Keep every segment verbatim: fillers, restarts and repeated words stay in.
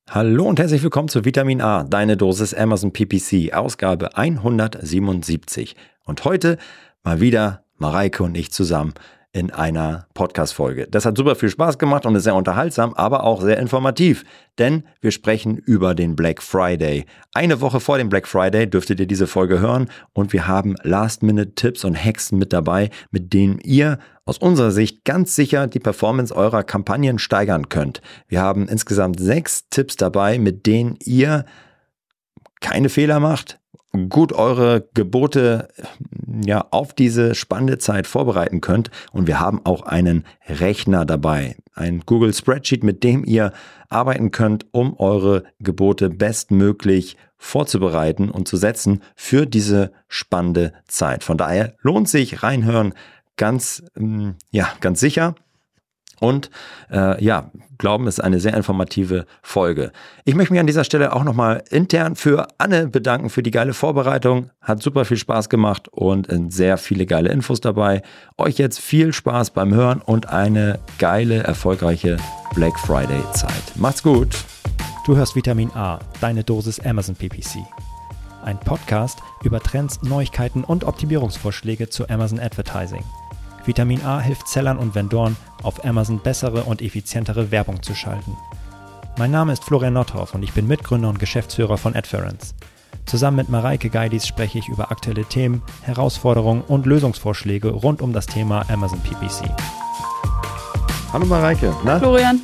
Hallo und herzlich willkommen zu Vitamin A, deine Dosis Amazon P P C, Ausgabe hundertsiebenundsiebzig. Und heute mal wieder Mareike und ich zusammen in einer Podcast-Folge. Das hat super viel Spaß gemacht und ist sehr unterhaltsam, aber auch sehr informativ, denn wir sprechen über den Black Friday. Eine Woche vor dem Black Friday dürftet ihr diese Folge hören und wir haben Last-Minute-Tipps und Hacks mit dabei, mit denen ihr aus unserer Sicht ganz sicher die Performance eurer Kampagnen steigern könnt. Wir haben insgesamt sechs Tipps dabei, mit denen ihr keine Fehler macht, gut eure Gebote ja, auf diese spannende Zeit vorbereiten könnt. Und wir haben auch einen Rechner dabei, ein Google Spreadsheet, mit dem ihr arbeiten könnt, um eure Gebote bestmöglich vorzubereiten und zu setzen für diese spannende Zeit. Von daher lohnt sich reinhören ganz, ja, ganz sicher. Und äh, ja, glauben, es ist eine sehr informative Folge. Ich möchte mich an dieser Stelle auch nochmal intern für Anne bedanken für die geile Vorbereitung. Hat super viel Spaß gemacht und sehr viele geile Infos dabei. Euch jetzt viel Spaß beim Hören und eine geile, erfolgreiche Black Friday Zeit. Macht's gut. Du hörst Vitamin A, deine Dosis Amazon P P C. Ein Podcast über Trends, Neuigkeiten und Optimierungsvorschläge zu Amazon Advertising. Vitamin A hilft Sellern und Vendoren, auf Amazon bessere und effizientere Werbung zu schalten. Mein Name ist Florian Nothoff und ich bin Mitgründer und Geschäftsführer von Adference. Zusammen mit Mareike Geidis spreche ich über aktuelle Themen, Herausforderungen und Lösungsvorschläge rund um das Thema Amazon P P C. Hallo Mareike. Na? Florian.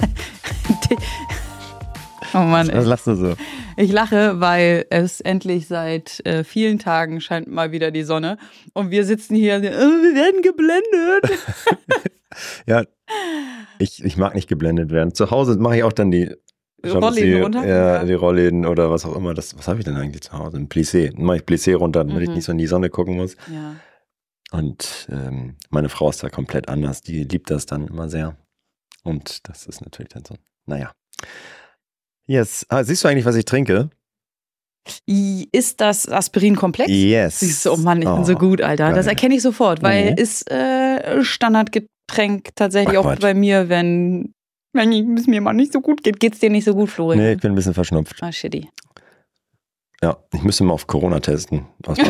Oh Mann. Was lachst du so? Ich lache, weil es endlich seit äh, vielen Tagen scheint mal wieder die Sonne und wir sitzen hier, oh, wir werden geblendet. Ja, ich, ich mag nicht geblendet werden. Zu Hause mache ich auch dann die Rollläden runter? Ja, die Rollläden oder was auch immer. Das, was habe ich denn eigentlich zu Hause? Ein Plissé. Dann mache ich Plissé runter, damit mhm. ich nicht so in die Sonne gucken muss. Ja. Und ähm, meine Frau ist da komplett anders. Die liebt das dann immer sehr. Und das ist natürlich dann so, naja. Yes. Ah, siehst du eigentlich, was ich trinke? Ist das Aspirin-Komplex? Yes. Siehst du, oh Mann, ich oh, bin so gut, Alter. geil. Das erkenne ich sofort, weil Mhm. ist äh, Standardgetränk tatsächlich Ach, auch Quatsch. bei mir, wenn, wenn es mir mal nicht so gut geht. Geht's dir nicht so gut, Florian? Nee, ich bin ein bisschen verschnupft. Ah, shitty. Ja, ich müsste mal auf Corona testen. Sagt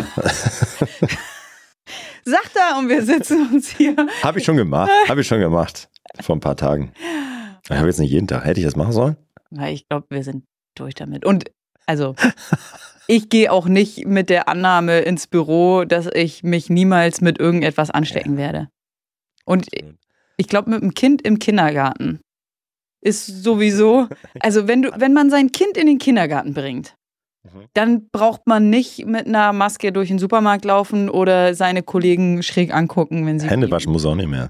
er und wir sitzen uns hier. Habe ich schon gemacht. Habe ich schon gemacht. Vor ein paar Tagen. Ich habe jetzt nicht jeden Tag. Hätte ich das machen sollen? Ja, ich glaube, wir sind durch damit. Und also, ich gehe auch nicht mit der Annahme ins Büro, dass ich mich niemals mit irgendetwas anstecken ja. werde. Und ich glaube, mit einem Kind im Kindergarten ist sowieso, also wenn du, wenn man sein Kind in den Kindergarten bringt, mhm. dann braucht man nicht mit einer Maske durch den Supermarkt laufen oder seine Kollegen schräg angucken, wenn sie... Hände waschen muss auch nicht mehr.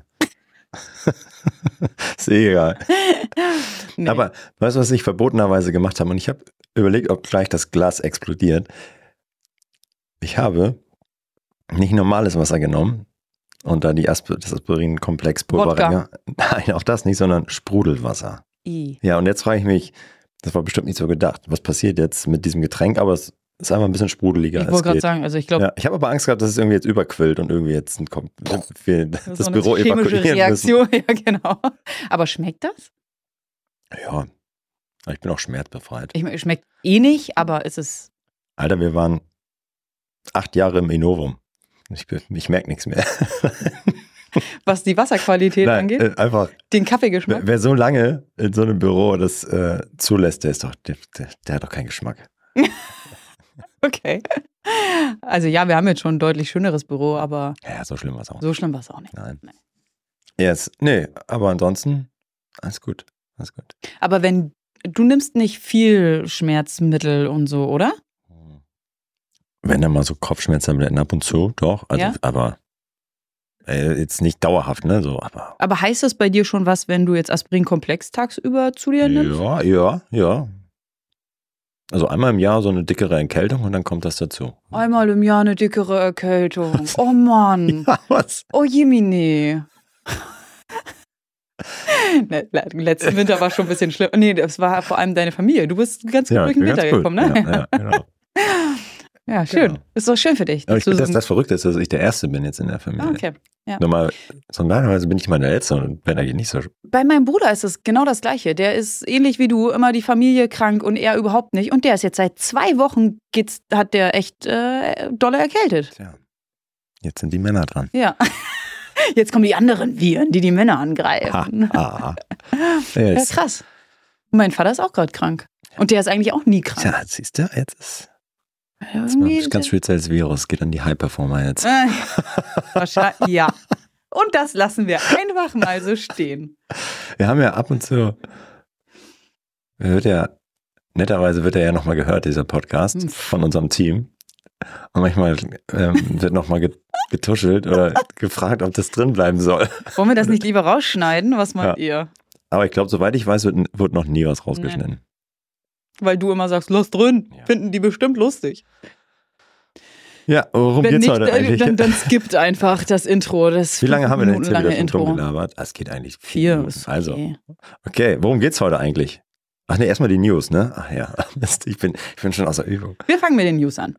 Ist eh egal. Nee. Aber weißt du, was ich verbotenerweise gemacht habe? Und ich habe überlegt, ob gleich das Glas explodiert. Ich habe nicht normales Wasser genommen und da die Asp- das Aspirin-Komplex-Pulver rein. Nein, auch das nicht, sondern Sprudelwasser. I. Ja, und jetzt frage ich mich, das war bestimmt nicht so gedacht, was passiert jetzt mit diesem Getränk, aber es ist einfach ein bisschen sprudeliger. Ich wollte gerade sagen, also ich glaube... Ja, ich habe aber Angst gehabt, dass es irgendwie jetzt überquillt und irgendwie jetzt ein Kom- wir das, das Büro evakuieren Reaktion. müssen. Ja, genau. Aber schmeckt das? Ja, ich bin auch schmerzbefreit. Ich, schmeckt eh nicht, aber es ist... Alter, wir waren acht Jahre im Innovum. Ich, ich merke nichts mehr. Was die Wasserqualität Nein, angeht? Äh, einfach. Den Kaffeegeschmack? Wer, wer so lange in so einem Büro das äh, zulässt, der ist doch, der, der, der hat doch keinen Geschmack. Okay. Also ja, wir haben jetzt schon ein deutlich schöneres Büro, aber... Ja, so schlimm war es auch nicht. So schlimm war es auch nicht. Nein. Nein. Yes. Nee, aber ansonsten alles gut. Alles gut. Aber wenn, du nimmst nicht viel Schmerzmittel und so, oder? Wenn dann mal so Kopfschmerztabletten ab und zu, doch. Also, ja? Aber äh, jetzt nicht dauerhaft, ne? So, aber, aber heißt das bei dir schon was, wenn du jetzt Aspirin-Komplex tagsüber zu dir nimmst? Ja, ja, ja. Also einmal im Jahr so eine dickere Erkältung und dann kommt das dazu. Einmal im Jahr eine dickere Erkältung. Oh Mann. Ja, was? Oh Jemine. Ne, letzten Winter war schon ein bisschen schlimm. Nee, das war vor allem deine Familie. Du bist ganz gut ja, durch den Winter gut. gekommen, ne? Ja, ja, genau. Ja, schön. Genau. Ist doch schön für dich. Aber ich dass du finde, dass so- das Verrückte ist, dass ich der Erste bin jetzt in der Familie. Ah, okay. Ja. Normal, so normalerweise bin ich mal der Letzte und bin eigentlich nicht so. Bei meinem Bruder ist es genau das Gleiche. Der ist ähnlich wie du, immer die Familie krank und er überhaupt nicht. Und der ist jetzt seit zwei Wochen, geht's, hat der echt äh, dolle erkältet. Tja, jetzt sind die Männer dran. Ja. Jetzt kommen die anderen Viren, die die Männer angreifen. Ha, ha. Ja, Ja, jetzt, krass. Und mein Vater ist auch gerade krank. Und der ist eigentlich auch nie krank. tja, siehst du, jetzt ist das Irgendwie- ist ganz spezielles Virus, geht an die High-Performer jetzt. Äh, wahrscheinlich, ja. Und das lassen wir einfach mal so stehen. Wir haben ja ab und zu, wird ja, netterweise wird er ja nochmal gehört, dieser Podcast Hm. von unserem Team. Und manchmal ähm, wird nochmal getuschelt oder gefragt, ob das drin bleiben soll. Wollen wir das nicht lieber rausschneiden? Was meint ihr? Aber ich glaube, soweit ich weiß, wird, wird noch nie was rausgeschnitten. Weil du immer sagst, lass drin. Ja. Finden die bestimmt lustig. Ja, worum Wenn geht's nicht, heute äh, eigentlich? dann, dann skippt einfach das Intro. Das Wie lange haben wir denn jetzt hier lange wieder schon Intro? dumm gelabert? Ah, es geht eigentlich Vier. Minuten. Ist Also, okay. okay, worum geht's heute eigentlich? Ach ne, erstmal die News, ne? Ach ja, Mist, ich bin, ich bin schon außer Übung. Wir fangen mit den News an.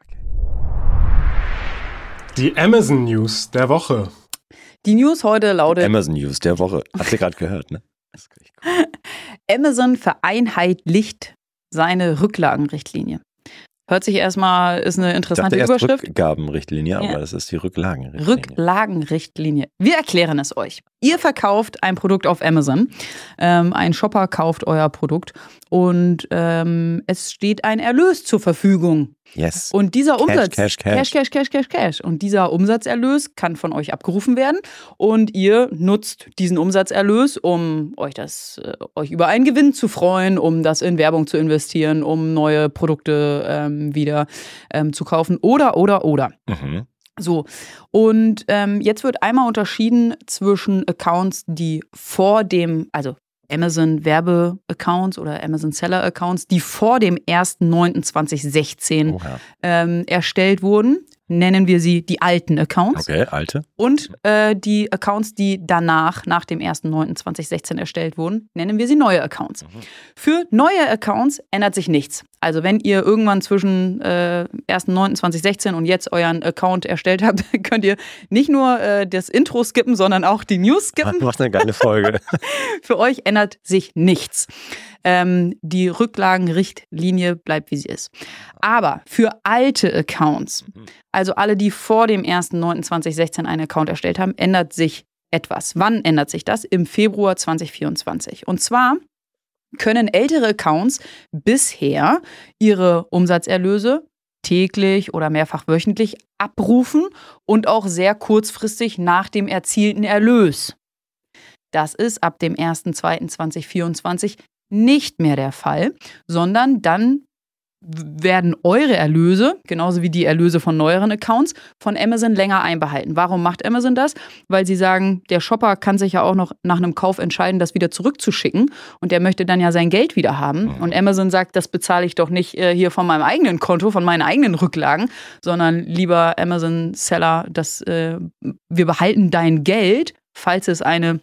Die Amazon News der Woche. Die News heute lautet: Amazon News der Woche. Habt ihr gerade gehört, ne? Das ist richtig cool. Amazon vereinheitlicht seine Rücklagenrichtlinie. Hört sich erstmal, ist eine Ich dachte interessante erst Überschrift. Rückgabenrichtlinie, Ja. aber das ist die Rücklagenrichtlinie. Rücklagenrichtlinie. Wir erklären es euch. Ihr verkauft ein Produkt auf Amazon. Ähm, ein Shopper kauft euer Produkt und ähm, es steht ein Erlös zur Verfügung. Yes. Und dieser Umsatz, Cash, Cash. Cash, Cash, Cash, Cash, Cash. Und dieser Umsatzerlös kann von euch abgerufen werden und ihr nutzt diesen Umsatzerlös, um euch das, äh, euch über einen Gewinn zu freuen, um das in Werbung zu investieren, um neue Produkte ähm, wieder ähm, zu kaufen oder, oder, oder. Mhm. So, und ähm, jetzt wird einmal unterschieden zwischen Accounts, die vor dem, also Amazon Werbe-Accounts oder Amazon Seller-Accounts, die vor dem ersten neunten zweitausendsechzehn Oha. ähm, erstellt wurden, nennen wir sie die alten Accounts. Okay, alte. Und äh, die Accounts, die danach, nach dem ersten neunten zweitausendsechzehn erstellt wurden, nennen wir sie neue Accounts. Mhm. Für neue Accounts ändert sich nichts. Also wenn ihr irgendwann zwischen äh, ersten neunten zweitausendsechzehn und jetzt euren Account erstellt habt, könnt ihr nicht nur äh, das Intro skippen, sondern auch die News skippen. Was eine geile Folge. Für euch ändert sich nichts. Ähm, die Rücklagenrichtlinie bleibt, wie sie ist. Aber für alte Accounts, also alle, die vor dem ersten neunten zweitausendsechzehn einen Account erstellt haben, ändert sich etwas. Wann ändert sich das? Im Februar zweitausendvierundzwanzig. Und zwar können ältere Accounts bisher ihre Umsatzerlöse täglich oder mehrfach wöchentlich abrufen und auch sehr kurzfristig nach dem erzielten Erlös. Das ist ab dem ersten zweiten zweitausendvierundzwanzig nicht mehr der Fall, sondern dann werden eure Erlöse, genauso wie die Erlöse von neueren Accounts, von Amazon länger einbehalten. Warum macht Amazon das? Weil sie sagen, der Shopper kann sich ja auch noch nach einem Kauf entscheiden, das wieder zurückzuschicken und der möchte dann ja sein Geld wieder haben. Und Amazon sagt, das bezahle ich doch nicht äh, hier von meinem eigenen Konto, von meinen eigenen Rücklagen, sondern lieber Amazon-Seller, dass äh, wir behalten dein Geld, falls es eine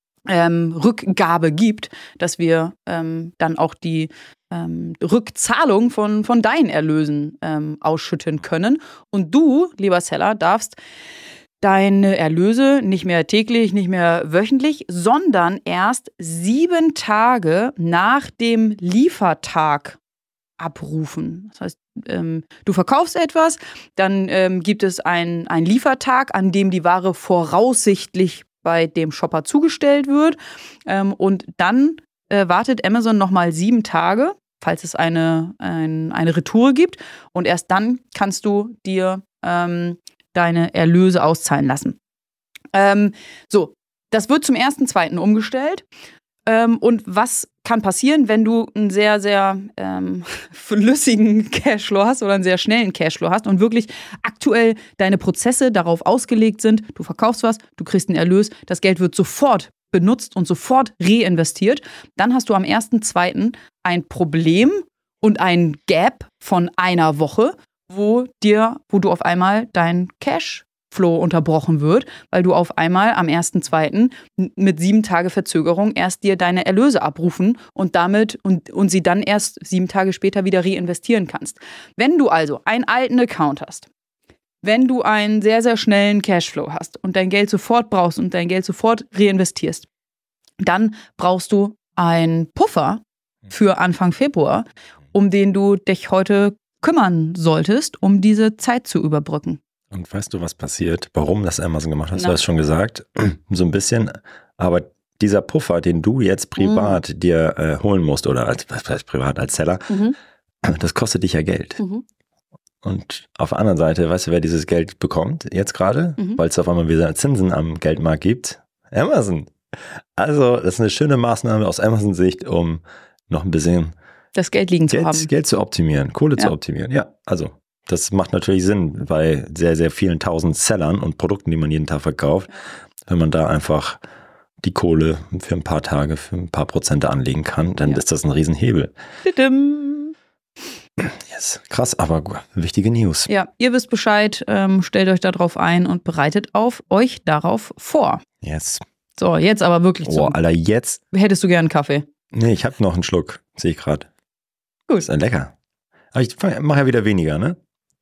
Ähm, Rückgabe gibt, dass wir ähm, dann auch die ähm, Rückzahlung von, von deinen Erlösen ähm, ausschütten können. Und du, lieber Seller, darfst deine Erlöse nicht mehr täglich, nicht mehr wöchentlich, sondern erst sieben Tage nach dem Liefertag abrufen. Das heißt, ähm, du verkaufst etwas, dann ähm, gibt es einen Liefertag, an dem die Ware voraussichtlich bei dem Shopper zugestellt wird. Ähm, und dann äh, wartet Amazon nochmal sieben Tage, falls es eine, ein, eine Retour gibt. Und erst dann kannst du dir ähm, deine Erlöse auszahlen lassen. Ähm, so, das wird zum ersten zweiten umgestellt. Ähm, und was kann passieren, wenn du einen sehr, sehr ähm, flüssigen Cashflow hast oder einen sehr schnellen Cashflow hast und wirklich aktuell deine Prozesse darauf ausgelegt sind, du verkaufst was, du kriegst einen Erlös, das Geld wird sofort benutzt und sofort reinvestiert, dann hast du am ersten zweiten ein Problem und ein Gap von einer Woche, wo dir, wo du auf einmal dein Cash Cashflow unterbrochen wird, weil du auf einmal am ersten zweiten mit sieben Tage Verzögerung erst dir deine Erlöse abrufen und damit und, und sie dann erst sieben Tage später wieder reinvestieren kannst. Wenn du also einen alten Account hast, wenn du einen sehr, sehr schnellen Cashflow hast und dein Geld sofort brauchst und dein Geld sofort reinvestierst, dann brauchst du einen Puffer für Anfang Februar, um den du dich heute kümmern solltest, um diese Zeit zu überbrücken. Und weißt du, was passiert? Warum das Amazon gemacht hat? Du hast schon gesagt, so ein bisschen. Aber dieser Puffer, den du jetzt privat mhm. dir äh, holen musst oder als was heißt privat als Seller, mhm. das kostet dich ja Geld. Mhm. Und auf der anderen Seite, weißt du, wer dieses Geld bekommt jetzt gerade? Mhm. Weil es auf einmal wieder Zinsen am Geldmarkt gibt? Amazon. Also das ist eine schöne Maßnahme aus Amazon-Sicht, um noch ein bisschen das Geld liegen Geld, zu haben. Geld zu optimieren, Kohle ja. zu optimieren. Ja, also das macht natürlich Sinn bei sehr, sehr vielen tausend Sellern und Produkten, die man jeden Tag verkauft, wenn man da einfach die Kohle für ein paar Tage, für ein paar Prozente anlegen kann, dann ja. ist das ein Riesenhebel. Didim. Yes. Krass, aber wichtige News. Ja, ihr wisst Bescheid, ähm, stellt euch darauf ein und bereitet auf euch darauf vor. Yes. So, jetzt aber wirklich zum... Oh, Alter, jetzt... Hättest du gern einen Kaffee? Nee, ich habe noch einen Schluck, sehe ich gerade. Gut. Ist ein lecker. Aber ich mache ja wieder weniger, ne?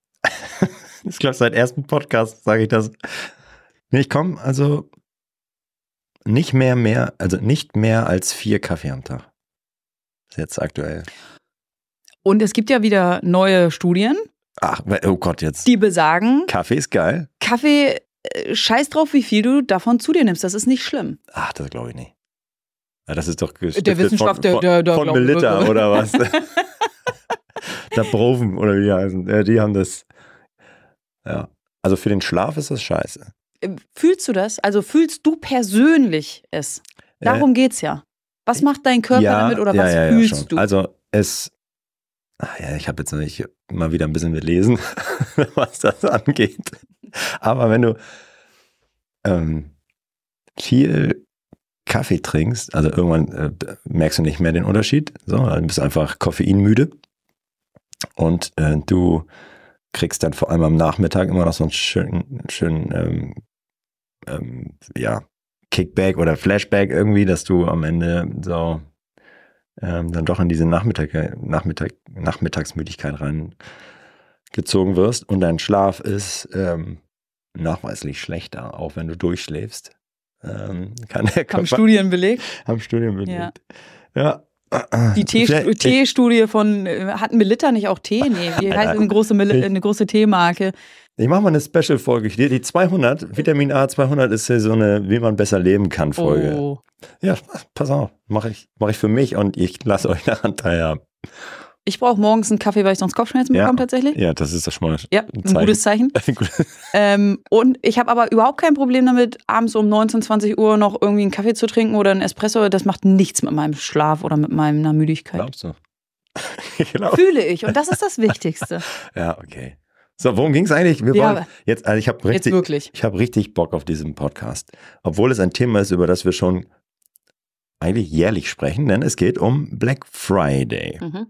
Ich glaube, seit ersten Podcast sage ich das. Nee, ich komme also nicht mehr, mehr, also nicht mehr als vier Kaffee am Tag. Ist jetzt aktuell. Und es gibt ja wieder neue Studien. Ach, oh Gott, jetzt. Die besagen. Kaffee ist geil. Kaffee, äh, scheiß drauf, wie viel du davon zu dir nimmst. Das ist nicht schlimm. Ach, das glaube ich nicht. Ja, das ist doch der Wissenschaftler, von, der, der, von Melitta oder was? Der Proven oder wie die heißen. Ja, die haben das. Ja. Also für den Schlaf ist das scheiße. Fühlst du das? Also fühlst du persönlich es? Darum äh, geht's ja. Was macht dein Körper ja, damit oder ja, was ja, fühlst ja, schon. du? Also es. Ach ja, ich habe jetzt nicht mal wieder ein bisschen gelesen, was das angeht. Aber wenn du ähm, viel Kaffee trinkst, also irgendwann äh, merkst du nicht mehr den Unterschied. So, dann bist du einfach koffeinmüde. Und äh, du kriegst dann vor allem am Nachmittag immer noch so einen schönen, schönen ähm, ähm, ja, Kickback oder Flashback irgendwie, dass du am Ende so ähm, dann doch in diese Nachmittag, Nachmittag, Nachmittagsmüdigkeit reingezogen wirst und dein Schlaf ist ähm, nachweislich schlechter, auch wenn du durchschläfst. Ähm, kann der Körper, haben Studien belegt? Haben Studien belegt. Ja. ja. Die Tee-Studie von, hat Melitta nicht auch Tee? Nee, wie heißt eine große, eine große Teemarke? Ich mache mal eine Special-Folge. Die, die zweihundert, Vitamin A zweihundert ist ja so eine, wie man besser leben kann Folge. Oh. Ja, pass auf, mache ich, mach ich für mich und ich lasse euch daran teilhaben. Ich brauche morgens einen Kaffee, weil ich sonst Kopfschmerzen ja. bekomme tatsächlich. Ja, das ist das schon mal ja, ein, ein gutes Zeichen. ähm, und ich habe aber überhaupt kein Problem damit, abends um neunzehn, zwanzig Uhr noch irgendwie einen Kaffee zu trinken oder einen Espresso. Das macht nichts mit meinem Schlaf oder mit meiner Müdigkeit. Glaubst du? Genau. Fühle ich und das ist das Wichtigste. Ja, okay. So, worum ging es eigentlich? Wir ja, wollen jetzt, also ich habe richtig, wirklich. ich habe richtig Bock auf diesen Podcast, obwohl es ein Thema ist, über das wir schon eigentlich jährlich sprechen, denn es geht um Black Friday. Mhm.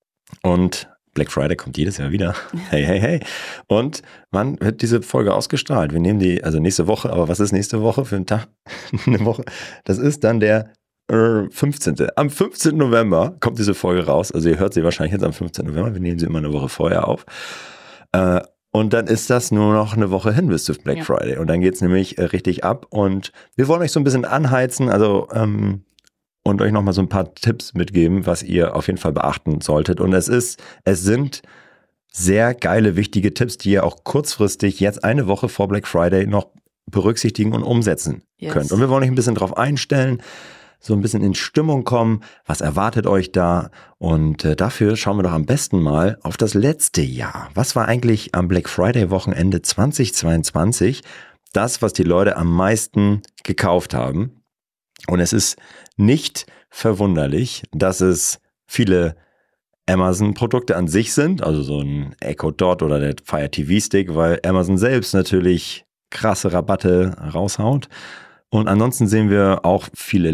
Und Black Friday kommt jedes Jahr wieder. Hey, hey, hey. Und wann wird diese Folge ausgestrahlt? Wir nehmen die, also nächste Woche, aber was ist nächste Woche für ein Tag? Eine Woche. Das ist dann der äh, fünfzehnte Am fünfzehnten November kommt diese Folge raus. Also ihr hört sie wahrscheinlich jetzt am fünfzehnten November. Wir nehmen sie immer eine Woche vorher auf. Äh, und dann ist das nur noch eine Woche hin bis zu Black ja. Friday. Und dann geht es nämlich äh, richtig ab. Und wir wollen euch so ein bisschen anheizen, also ähm, und euch nochmal so ein paar Tipps mitgeben, was ihr auf jeden Fall beachten solltet. Und es ist, es sind sehr geile, wichtige Tipps, die ihr auch kurzfristig jetzt eine Woche vor Black Friday noch berücksichtigen und umsetzen yes. könnt. Und wir wollen euch ein bisschen drauf einstellen, so ein bisschen in Stimmung kommen. Was erwartet euch da? Und äh, dafür schauen wir doch am besten mal auf das letzte Jahr. Was war eigentlich am Black Friday Wochenende zweitausendzweiundzwanzig das, was die Leute am meisten gekauft haben? Und es ist nicht verwunderlich, dass es viele Amazon-Produkte an sich sind, also so ein Echo Dot oder der Fire T V-Stick, weil Amazon selbst natürlich krasse Rabatte raushaut. Und ansonsten sehen wir auch viele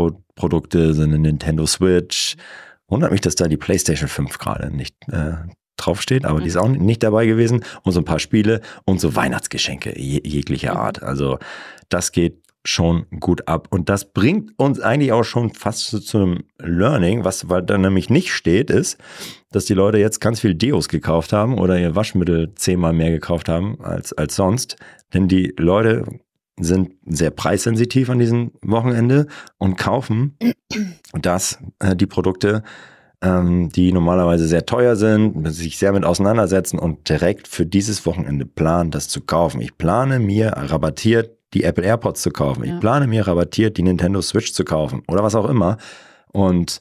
Elektroprodukte, so eine Nintendo Switch. Wundert mich, dass da die PlayStation fünf gerade nicht äh, draufsteht, aber mhm. die ist auch nicht dabei gewesen. Und so ein paar Spiele und so Weihnachtsgeschenke je, jeglicher mhm. Art. Also das geht schon gut ab. Und das bringt uns eigentlich auch schon fast zu, zu einem Learning, was weil da nämlich nicht steht, ist, dass die Leute jetzt ganz viel Deos gekauft haben oder ihr Waschmittel zehnmal mehr gekauft haben als, als sonst. Denn die Leute sind sehr preissensitiv an diesem Wochenende und kaufen das, äh, die Produkte, ähm, die normalerweise sehr teuer sind, sich sehr mit auseinandersetzen und direkt für dieses Wochenende planen, das zu kaufen. Ich plane mir rabattiert die Apple AirPods zu kaufen. Ich ja. plane mir rabattiert die Nintendo Switch zu kaufen oder was auch immer. Und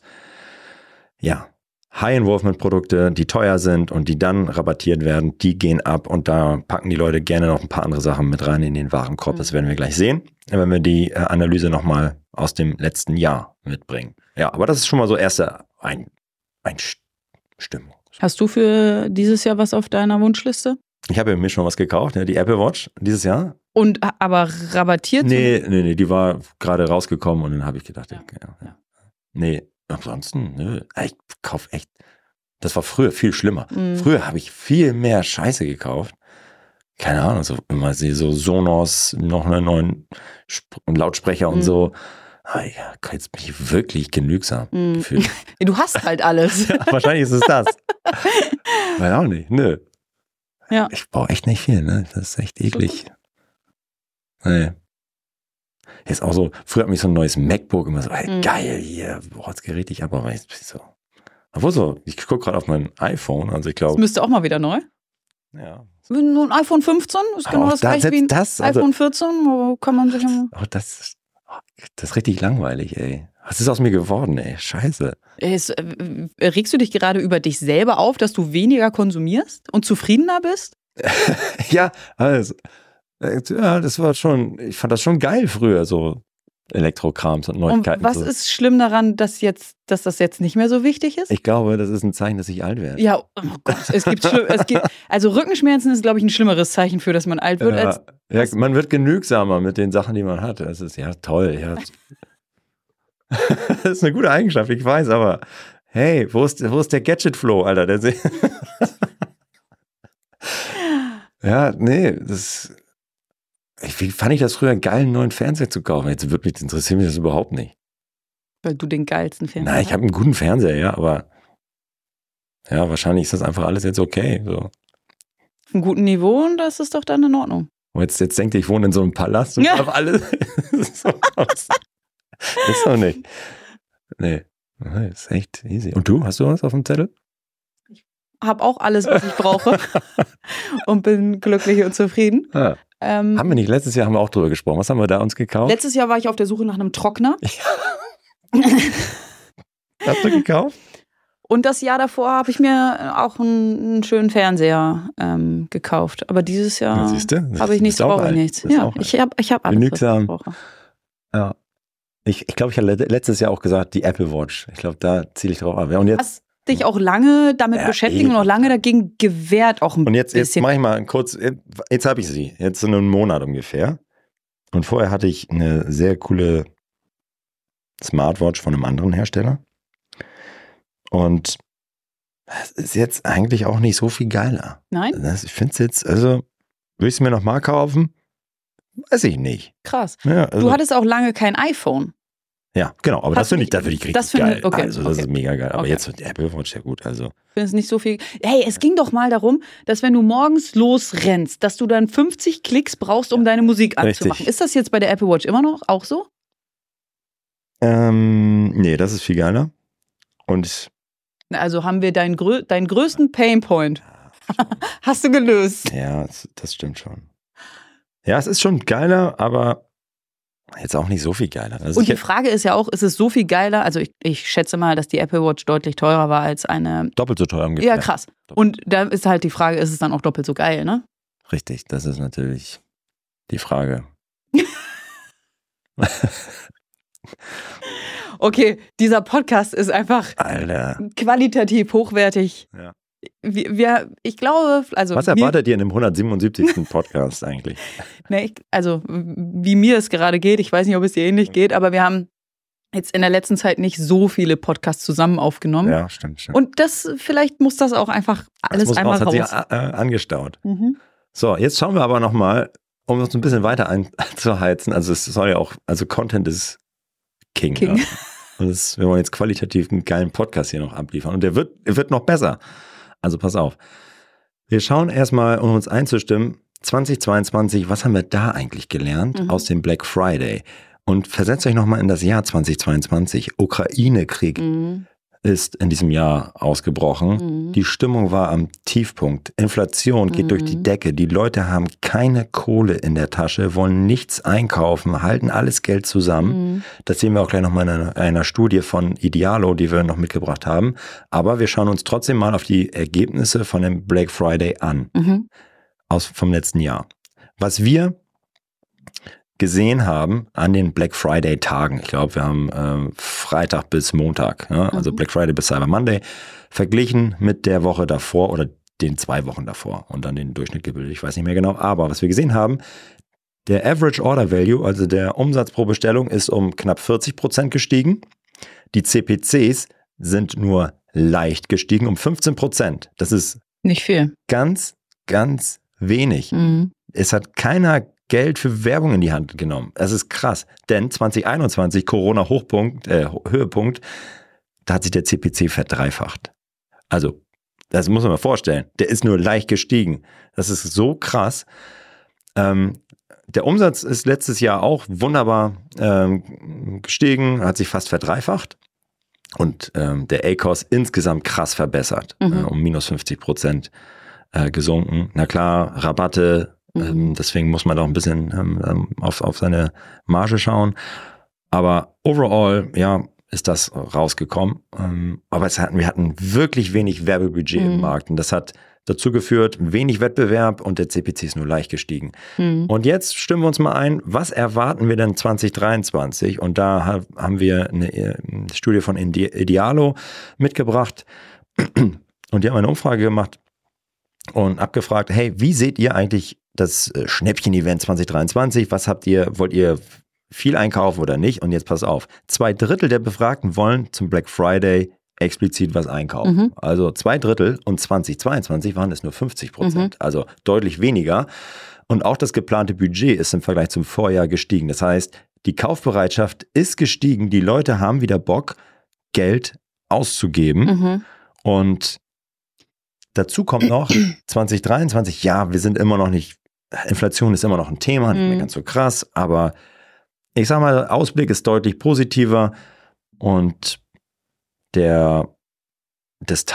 ja, High-Involvement-Produkte, die teuer sind und die dann rabattiert werden, die gehen ab und da packen die Leute gerne noch ein paar andere Sachen mit rein in den Warenkorb. Mhm. Das werden wir gleich sehen, wenn wir die äh, Analyse nochmal aus dem letzten Jahr mitbringen. Ja, aber das ist schon mal so erste Ein- Einstimmung. Hast du für dieses Jahr was auf deiner Wunschliste? Ich habe mir schon was gekauft, ja, die Apple Watch dieses Jahr. Und aber rabattiert? Nee, nee, nee, die war gerade rausgekommen und dann habe ich gedacht, ja. Ja, ja. Nee, ansonsten, nö, ich kaufe echt, das war früher viel schlimmer. Mhm. Früher habe ich viel mehr Scheiße gekauft. Keine Ahnung, so immer so Sonos, noch einen neuen Sp- Lautsprecher und mhm. so. Ah, ja, jetzt bin ich wirklich genügsam mhm. gefühlt. Du hast halt alles. Ja, wahrscheinlich ist es das. Weiß auch nicht, nö. Ja. Ich brauche echt nicht viel, ne? Das ist echt eklig. Nee. Jetzt auch so, früher hat mich so ein neues MacBook immer so, hey, mhm. geil, hier, boah, jetzt geht richtig ab, aber jetzt bin ich so. Obwohl so, ich gucke gerade auf mein iPhone, also ich glaube. Das müsste auch mal wieder neu. Ja. Ein iPhone fünfzehn ist genau das gleiche wie ein das, also, iPhone vierzehn, wo kann man sich immer. Oh, das, das ist richtig langweilig, ey. Was ist aus mir geworden, ey? Scheiße. Ist, äh, regst du dich gerade über dich selber auf, dass du weniger konsumierst und zufriedener bist? Ja, also, ja, das war schon, ich fand das schon geil früher, so Elektrokrams und Neuigkeiten. Und was so. ist schlimm daran, dass, jetzt, dass das jetzt nicht mehr so wichtig ist? Ich glaube, das ist ein Zeichen, dass ich alt werde. Ja, oh Gott, es gibt, es gibt also Rückenschmerzen ist, glaube ich, ein schlimmeres Zeichen für, dass man alt wird. Ja, als ja, man wird genügsamer mit den Sachen, die man hat. Das ist ja toll. Ja. Das ist eine gute Eigenschaft, ich weiß, aber hey, wo ist, wo ist der Gadget-Flow, Alter? Der ja, nee, das wie fand ich das früher geil, einen neuen Fernseher zu kaufen? Jetzt wird mich, interessiert mich das überhaupt nicht. Weil du den geilsten Fernseher hast? Nein, ich habe einen guten Fernseher, ja, aber ja, wahrscheinlich ist das einfach alles jetzt okay. So. Auf einem guten Niveau und das ist doch dann in Ordnung. Und jetzt, jetzt denkt ihr, ich wohne in so einem Palast und ja. habe alles so aus. Ist doch nicht. Nee, das ist echt easy. Und du, hast du was auf dem Zettel? Ich habe auch alles, was ich brauche und bin glücklich und zufrieden. Ah. Ähm, haben wir nicht, letztes Jahr haben wir auch drüber gesprochen. Was haben wir da uns gekauft? Letztes Jahr war ich auf der Suche nach einem Trockner. Ja. Hast du gekauft? Und das Jahr davor habe ich mir auch einen, einen schönen Fernseher ähm, gekauft. Aber dieses Jahr habe ich nichts, brauche ich nichts. Ja, ich habe ich hab alles, Genügsam. was ich brauche. Ja. Ich, ich glaube, ich habe letztes Jahr auch gesagt, die Apple Watch. Ich glaube, da ziele ich drauf ab. Und jetzt hast dich auch lange damit ja, beschäftigt und auch lange dagegen gewehrt. Auch ein und jetzt, bisschen. jetzt mache ich mal kurz, jetzt habe ich sie. Jetzt in einem Monat ungefähr. Und vorher hatte ich eine sehr coole Smartwatch von einem anderen Hersteller. Und das ist jetzt eigentlich auch nicht so viel geiler. Nein? Das, ich finde es jetzt, also, will ich es mir nochmal kaufen? Weiß ich nicht. Krass. Ja, also, du hattest auch lange kein iPhone. Ja, genau, aber Hast das finde ich, das find ich richtig das geil. Okay, also das okay. ist mega geil. Aber okay. jetzt wird die Apple Watch ja gut. Also. Ich finde es nicht so viel. Hey, es ging doch mal darum, dass wenn du morgens losrennst, dass du dann fünfzig Klicks brauchst, um deine Musik anzumachen. Richtig. Ist das jetzt bei der Apple Watch immer noch auch so? Ähm, nee, das ist viel geiler. Und also haben wir deinen, grö- deinen größten Painpoint. Hast du gelöst. Ja, das, das stimmt schon. Ja, es ist schon geiler, aber jetzt auch nicht so viel geiler. Also und die Frage ist ja auch, ist es so viel geiler? Also ich, ich schätze mal, dass die Apple Watch deutlich teurer war als eine... Doppelt so teuer ungefähr. Ja, krass. Und da ist halt die Frage, ist es dann auch doppelt so geil, ne? Richtig, das ist natürlich die Frage. Okay, dieser Podcast ist einfach Alter. qualitativ hochwertig. Ja. Wir, wir, ich glaube, also. Was erwartet mir, ihr in dem hundertsiebenundsiebzigsten Podcast eigentlich? Ne, ich, also, wie mir es gerade geht, ich weiß nicht, ob es dir ähnlich geht, aber wir haben jetzt in der letzten Zeit nicht so viele Podcasts zusammen aufgenommen. Ja, stimmt, stimmt. Und das, vielleicht muss das auch einfach alles das muss einmal raus. raus. Hat sich äh, angestaut. Mhm. So, jetzt schauen wir aber nochmal, um uns ein bisschen weiter einzuheizen. Also es soll ja auch, also Content ist King. King. Ja. Und das, wir wollen jetzt qualitativ einen geilen Podcast hier noch abliefern. Und der wird, wird noch besser. Also pass auf. Wir schauen erstmal, um uns einzustimmen, zweitausendzweiundzwanzig, was haben wir da eigentlich gelernt mhm. aus dem Black Friday? Und versetzt euch nochmal in das Jahr zweitausendzweiundzwanzig. Ukraine-Krieg mhm. ist in diesem Jahr ausgebrochen. Mhm. Die Stimmung war am Tiefpunkt. Inflation geht mhm. durch die Decke. Die Leute haben keine Kohle in der Tasche, wollen nichts einkaufen, halten alles Geld zusammen. Mhm. Das sehen wir auch gleich nochmal in einer, einer Studie von Idealo, die wir noch mitgebracht haben. Aber wir schauen uns trotzdem mal auf die Ergebnisse von dem Black Friday an. Mhm. Aus, vom letzten Jahr. Was wir gesehen haben an den Black Friday Tagen. Ich glaube, wir haben ähm, Freitag bis Montag, ja? Also mhm. Black Friday bis Cyber Monday, verglichen mit der Woche davor oder den zwei Wochen davor und dann den Durchschnitt gebildet. Ich weiß nicht mehr genau. Aber was wir gesehen haben, der Average Order Value, also der Umsatz pro Bestellung, ist um knapp vierzig Prozent gestiegen. Die C P Cs sind nur leicht gestiegen um fünfzehn Prozent. Das ist nicht viel. Ganz, ganz wenig. Mhm. Es hat keiner Geld für Werbung in die Hand genommen. Das ist krass, denn zwanzig einundzwanzig, Corona-Hochpunkt, äh, Höhepunkt, da hat sich der C P C verdreifacht. Also, das muss man mal vorstellen. Der ist nur leicht gestiegen. Das ist so krass. Ähm, der Umsatz ist letztes Jahr auch wunderbar ähm, gestiegen, hat sich fast verdreifacht. Und ähm, der A C O S insgesamt krass verbessert, mhm. äh, um minus fünfzig Prozent äh, gesunken. Na klar, Rabatte, Mhm. Deswegen muss man da auch ein bisschen ähm, auf, auf seine Marge schauen. Aber overall, ja, ist das rausgekommen. Ähm, aber es hatten, wir hatten wirklich wenig Werbebudget mhm. im Markt. Und das hat dazu geführt, wenig Wettbewerb und der C P C ist nur leicht gestiegen. Mhm. Und jetzt stimmen wir uns mal ein, was erwarten wir denn zwanzig dreiundzwanzig? Und da haben wir eine, eine Studie von Idealo mitgebracht. Und die haben eine Umfrage gemacht und abgefragt, hey, wie seht ihr eigentlich das Schnäppchen-Event zwanzig dreiundzwanzig, was habt ihr, wollt ihr viel einkaufen oder nicht? Und jetzt pass auf, zwei Drittel der Befragten wollen zum Black Friday explizit was einkaufen. Mhm. Also zwei Drittel und zwanzig zweiundzwanzig waren es nur fünfzig Prozent, mhm. also deutlich weniger. Und auch das geplante Budget ist im Vergleich zum Vorjahr gestiegen. Das heißt, die Kaufbereitschaft ist gestiegen, die Leute haben wieder Bock, Geld auszugeben. Mhm. Und dazu kommt noch zwanzig dreiundzwanzig, ja, wir sind immer noch nicht, Inflation ist immer noch ein Thema, nicht mehr ganz so krass, aber ich sag mal, Ausblick ist deutlich positiver und der, das,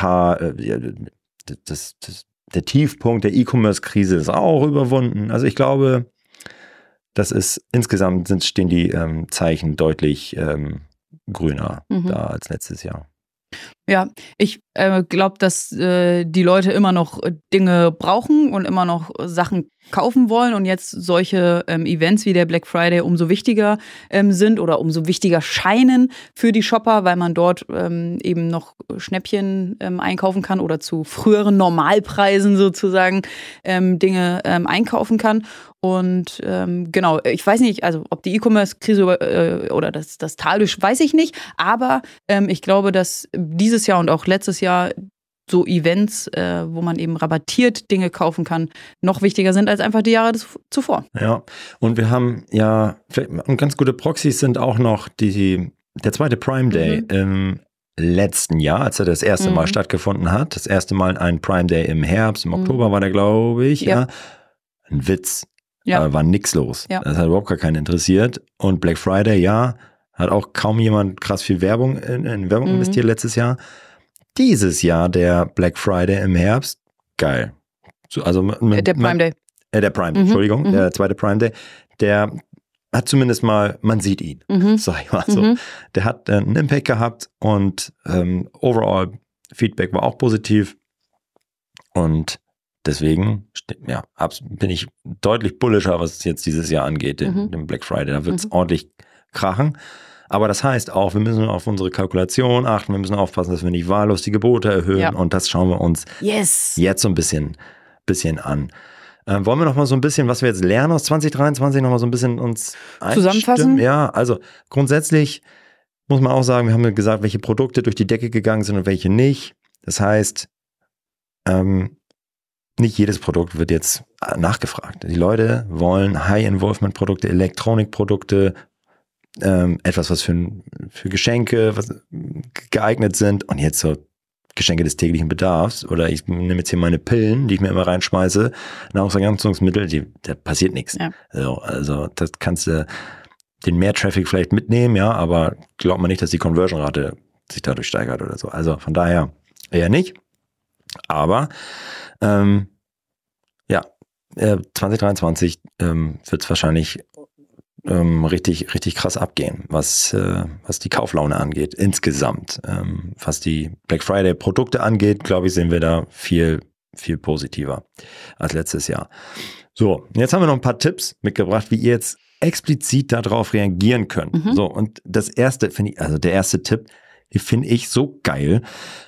das, das, der Tiefpunkt der E-Commerce-Krise ist auch überwunden. Also ich glaube, das ist, insgesamt sind, stehen die ähm, Zeichen deutlich ähm, grüner mhm. da als letztes Jahr. Ja, ich äh, glaube, dass äh, die Leute immer noch Dinge brauchen und immer noch Sachen kaufen wollen und jetzt solche ähm, Events wie der Black Friday umso wichtiger ähm, sind oder umso wichtiger scheinen für die Shopper, weil man dort ähm, eben noch Schnäppchen ähm, einkaufen kann oder zu früheren Normalpreisen sozusagen ähm, Dinge ähm, einkaufen kann. Und ähm, genau, ich weiß nicht, also ob die E-Commerce-Krise äh, oder das, das Tal durch, weiß ich nicht, aber ähm, ich glaube, dass dieses Jahr und auch letztes Jahr so Events, äh, wo man eben rabattiert Dinge kaufen kann, noch wichtiger sind als einfach die Jahre des, zuvor. Ja, und wir haben ja, und ganz gute Proxys sind auch noch die, der zweite Prime Day mhm. im letzten Jahr, als er das erste mhm. Mal stattgefunden hat. Das erste Mal ein Prime Day im Herbst, im Oktober mhm. war der, glaube ich. Ja. ja. Ein Witz. Ja. Da war nix los. Ja. Das hat überhaupt gar keinen interessiert. Und Black Friday, ja, hat auch kaum jemand krass viel Werbung in, in Werbung mhm. investiert letztes Jahr. Dieses Jahr der Black Friday im Herbst, geil. So, also mit, der Prime Day. Äh, der Prime Day, mhm. Entschuldigung, mhm. der zweite Prime Day. Der hat zumindest mal, man sieht ihn, mhm. sag ich mal so. Mhm. Der hat äh, einen Impact gehabt und ähm, overall Feedback war auch positiv. Und deswegen ja, bin ich deutlich bullischer, was jetzt dieses Jahr angeht, den, mhm. den Black Friday. Da wird es mhm. ordentlich krachen. Aber das heißt auch, wir müssen auf unsere Kalkulation achten, wir müssen aufpassen, dass wir nicht wahllos die Gebote erhöhen. Ja. Und das schauen wir uns yes. jetzt so ein bisschen, bisschen an. Ähm, wollen wir noch mal so ein bisschen, was wir jetzt lernen aus zwanzig dreiundzwanzig, noch mal so ein bisschen uns zusammenfassen? Ja, also grundsätzlich, muss man auch sagen, wir haben ja gesagt, welche Produkte durch die Decke gegangen sind und welche nicht. Das heißt, ähm, nicht jedes Produkt wird jetzt nachgefragt. Die Leute wollen High-Involvement-Produkte, Elektronikprodukte, ähm, etwas, was für, für Geschenke was geeignet sind. Und jetzt so Geschenke des täglichen Bedarfs. Oder ich nehme jetzt hier meine Pillen, die ich mir immer reinschmeiße, Nahrungsergänzungsmittel, die, da passiert nichts. Ja. Also, also das kannst du den Mehr-Traffic vielleicht mitnehmen, ja, aber glaubt man nicht, dass die Conversion-Rate sich dadurch steigert oder so. Also von daher eher nicht. Aber ähm, ja, äh, zwanzig dreiundzwanzig ähm, wird es wahrscheinlich ähm, richtig, richtig krass abgehen, was, äh, was die Kauflaune angeht, insgesamt. Ähm, was die Black Friday Produkte angeht, glaube ich, sehen wir da viel, viel positiver als letztes Jahr. So, jetzt haben wir noch ein paar Tipps mitgebracht, wie ihr jetzt explizit darauf reagieren könnt. Mhm. So, und das erste, finde ich, also der erste Tipp, den finde ich so geil.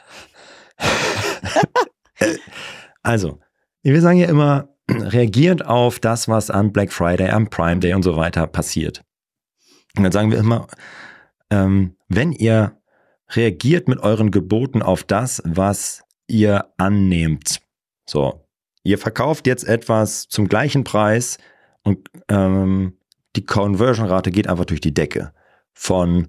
Also, wir sagen ja immer, reagiert auf das, was an Black Friday, am Prime Day und so weiter passiert. Und dann sagen wir immer, ähm, wenn ihr reagiert mit euren Geboten auf das, was ihr annehmt. So, ihr verkauft jetzt etwas zum gleichen Preis und ähm, die Conversion-Rate geht einfach durch die Decke. Von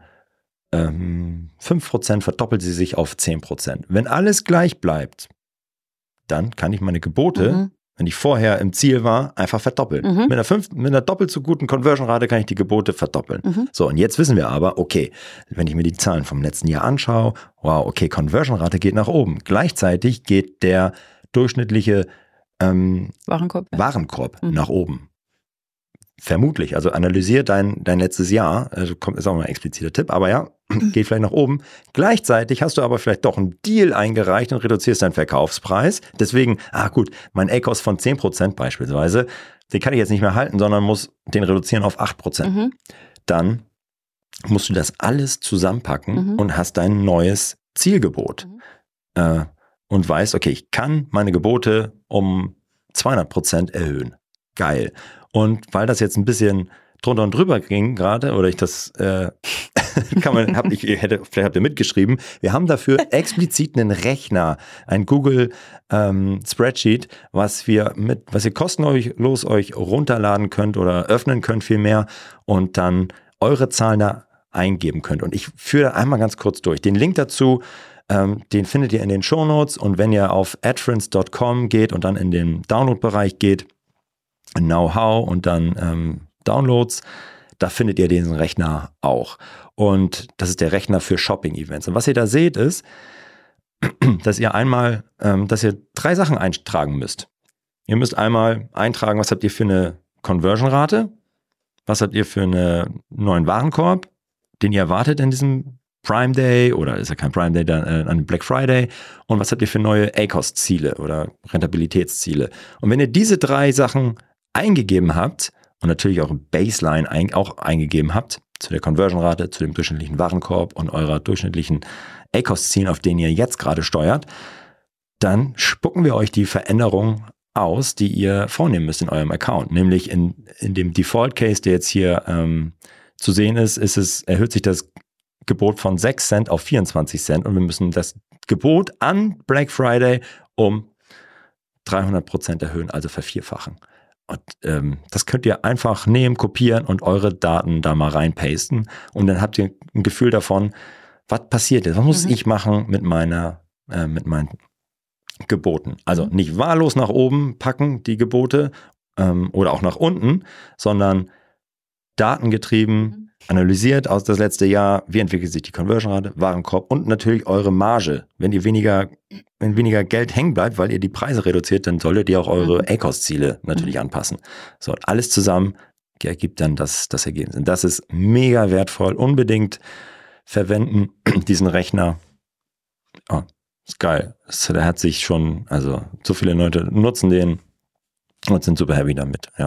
ähm, fünf Prozent verdoppelt sie sich auf zehn Prozent. Wenn alles gleich bleibt, dann kann ich meine Gebote, mhm. wenn ich vorher im Ziel war, einfach verdoppeln. Mhm. Mit einer, fünf, mit einer doppelt so guten Conversion-Rate kann ich die Gebote verdoppeln. Mhm. So, und jetzt wissen wir aber, okay, wenn ich mir die Zahlen vom letzten Jahr anschaue, wow, okay, Conversion-Rate geht nach oben. Gleichzeitig geht der durchschnittliche ähm, Warenkorb, ja. Warenkorb mhm. nach oben. Vermutlich, also analysier dein, dein letztes Jahr, also kommt, ist auch mal ein expliziter Tipp, aber ja, geht vielleicht nach oben. Gleichzeitig hast du aber vielleicht doch einen Deal eingereicht und reduzierst deinen Verkaufspreis. Deswegen, ah gut, mein A C O S von zehn Prozent beispielsweise, den kann ich jetzt nicht mehr halten, sondern muss den reduzieren auf acht Prozent. Mhm. Dann musst du das alles zusammenpacken mhm. und hast dein neues Zielgebot. Mhm. Äh, und weißt, okay, ich kann meine Gebote um zweihundert Prozent erhöhen. Geil. Und weil das jetzt ein bisschen drunter und drüber ging gerade, oder ich das, äh, kann man, hab ich, hätte, vielleicht habt ihr mitgeschrieben, wir haben dafür explizit einen Rechner, ein Google ähm, Spreadsheet, was wir mit, was ihr kostenlos euch runterladen könnt oder öffnen könnt vielmehr und dann eure Zahlen da eingeben könnt. Und ich führe einmal ganz kurz durch. Den Link dazu, ähm, den findet ihr in den Shownotes, und wenn ihr auf adference Punkt com geht und dann in den Download-Bereich geht, Know-how und dann ähm, Downloads, da findet ihr diesen Rechner auch. Und das ist der Rechner für Shopping-Events. Und was ihr da seht ist, dass ihr einmal, ähm, dass ihr drei Sachen eintragen müsst. Ihr müsst einmal eintragen, was habt ihr für eine Conversion-Rate, was habt ihr für einen neuen Warenkorb, den ihr erwartet in diesem Prime Day, oder ist ja kein Prime Day, dann äh, an Black Friday, und was habt ihr für neue A C O S-Ziele oder Rentabilitätsziele. Und wenn ihr diese drei Sachen eingegeben habt und natürlich eure Baseline ein, auch eingegeben habt, zu der Conversion-Rate, zu dem durchschnittlichen Warenkorb und eurer durchschnittlichen A C O S-Zielen, auf denen ihr jetzt gerade steuert, dann spucken wir euch die Veränderungen aus, die ihr vornehmen müsst in eurem Account. Nämlich in, in dem Default-Case, der jetzt hier ähm, zu sehen ist, ist es, erhöht sich das Gebot von sechs Cent auf vierundzwanzig Cent, und wir müssen das Gebot an Black Friday um dreihundert Prozent erhöhen, also vervierfachen. Und ähm, das könnt ihr einfach nehmen, kopieren und eure Daten da mal reinpasten, und dann habt ihr ein Gefühl davon, was passiert jetzt, was muss mhm. ich machen mit meiner, äh, mit meinen Geboten. Also mhm. nicht wahllos nach oben packen die Gebote ähm, oder auch nach unten, sondern datengetrieben, mhm. analysiert aus das letzte Jahr, wie entwickelt sich die Conversion-Rate, Warenkorb und natürlich eure Marge. Wenn ihr weniger, wenn weniger Geld hängen bleibt, weil ihr die Preise reduziert, dann solltet ihr auch eure A C O S-Ziele natürlich mhm. anpassen. So, alles zusammen ergibt dann das, das Ergebnis. Und das ist mega wertvoll. Unbedingt verwenden, diesen Rechner. Oh, ist geil. Das, der hat sich schon, also so viele Leute nutzen den und sind super happy damit, ja.